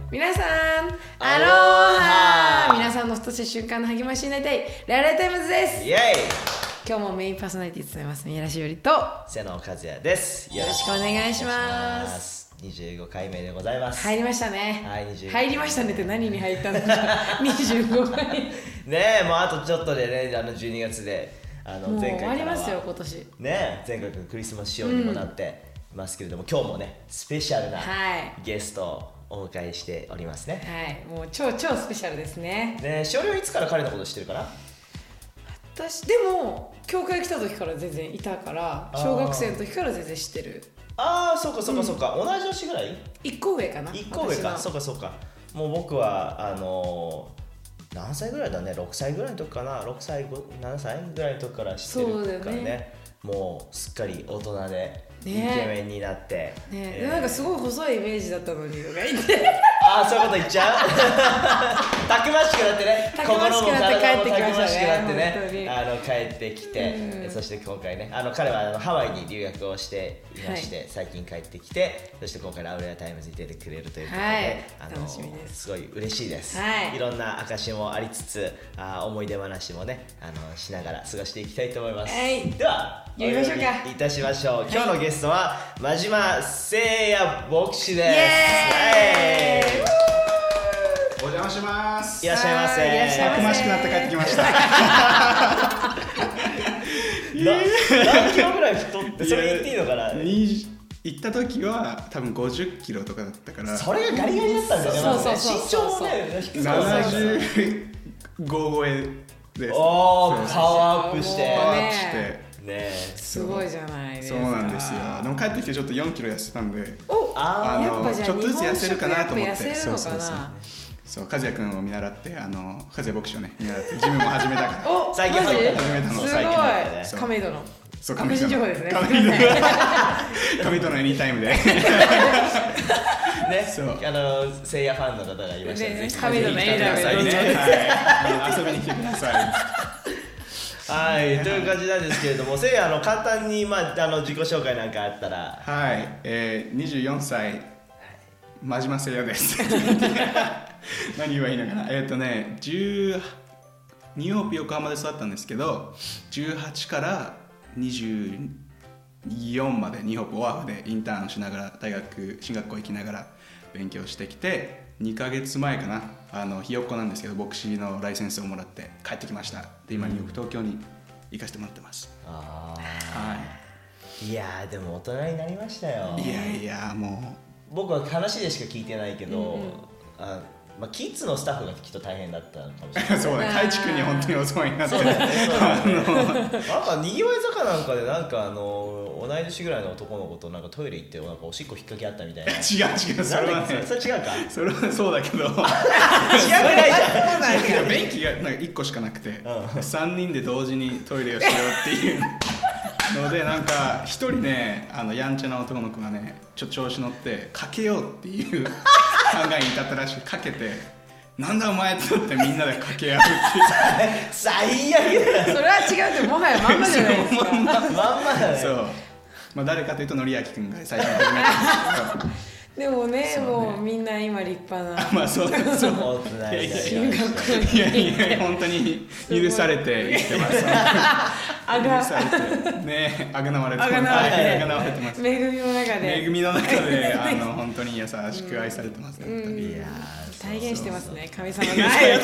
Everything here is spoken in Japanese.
皆さんアロハ皆さんのふとした瞬間の励ましになりたいララタイムズです。 イエイ。 今日もメインパーソナリティ務めます宮良しおりと瀬野和也です。 よろしくお願いします。 25回目でございます。 入りましたね。 はい、25 入りましたねって何に入ったんでしょう25回ねえ、もうあとちょっとでね、12月でもう前回からは終わりますよ今年ね、前回からクリスマス仕様にもなってますけれども、今日もねスペシャルなゲストをお迎えしておりますね。 はい、もう超スペシャルですね。 ね、しおりはいつから彼のこと知ってるかな？ 私でも教会来た時から全然いたから、小学生の時から全然知ってる。 ああ、そうか、同じ年ぐらい ？1個上かな。 1個上か、そうか。もう僕は何歳ぐらいだね、6歳ぐらいの時かな、6歳、7歳ぐらいの時から知ってるから ね、もうすっかり大人でイケメンになって、 なんかすごい細いイメージだったのにとか言ってああ、そういうこと言っちゃうたくましくなってね、 たくましくなって帰ってきましたね。 心もたくましくなってね、帰ってきて、そして今回ね、彼はハワイに留学をしていまして、最近帰ってきて、そして今回のアウレアタイムズに出てくれるということで、 楽しみです。 すごい嬉しいです。 いろんな証もありつつ、思い出話もねしながら過ごしていきたいと思います。ではやりましょうか。 いたしましょう。今日のゲストは真島誠也牧師です。 お邪魔します。 いらっしゃいませ。 たくましくなって帰ってきました。 何キロぐらい太ってそれ言っていいのかな？ 行った時は多分50キロとかだったから、 それがガリガリだったんだよね。身長もね 75超えです。 おー、パワーアップしてね、すごいじゃないですか。 そうなんですよ。でも帰ってきてちょっと4キロ痩せたんで、 やっぱじゃあちょっとずつ痩せるかなと思って、そう和也君を見習って、和也牧師をね見習ってジムも始めたから。 最近始めたの。 すごい。亀戸の。 そう、 亀戸情報ですね。 亀戸のエニタイムで。ね、 聖夜ファンの方がいましたね。 亀戸のエニタイムで遊びに来てください。 はい、という感じなんですけれども、せいや簡単に自己紹介なんかあったら。 はい、24歳真島誠也です。何言えばいいのかな。ニューヨーク横浜で育ったんですけど、18から24までニューヨークオアフでインターンしながら大学進学校行きながら勉強してきて、2ヶ月前かな、ひよっこなんですけど牧師のライセンスをもらって帰ってきました。で今ニューヨーク東京に行かせてもらってます。 いやでも大人になりましたよ。 いやもう僕は話でしか聞いてないけど、キッズのスタッフがきっと大変だったのかもしれない。 そうね、太一君に本当にお世話になって、 にぎわい坂なんかで同い年ぐらいの男の子とトイレ行っておしっこ引っ掛け合ったみたいな。 違うそれはね、 それ違うか。 それはそうだけど違うくないじゃん。 便器が1個しかなくて、3人で同時にトイレをしようっていうので、1人ねやんちゃな男の子がね調子乗ってかけようっていう考えに至ったらしく、かけてなんだお前ってなってみんなで掛け合うっていう最悪だ。 それは違うって、もはやまんまじゃないですか。 まんまだね。 そう、誰かというと典明君が最初に始めたんですけどでもね、もうみんな今立派なそう進学校にいや本当に許されて生きてます。許されてね、あがなわれてます。 恵みの中で本当に優しく愛されてます。 体現してますね、神様の愛を。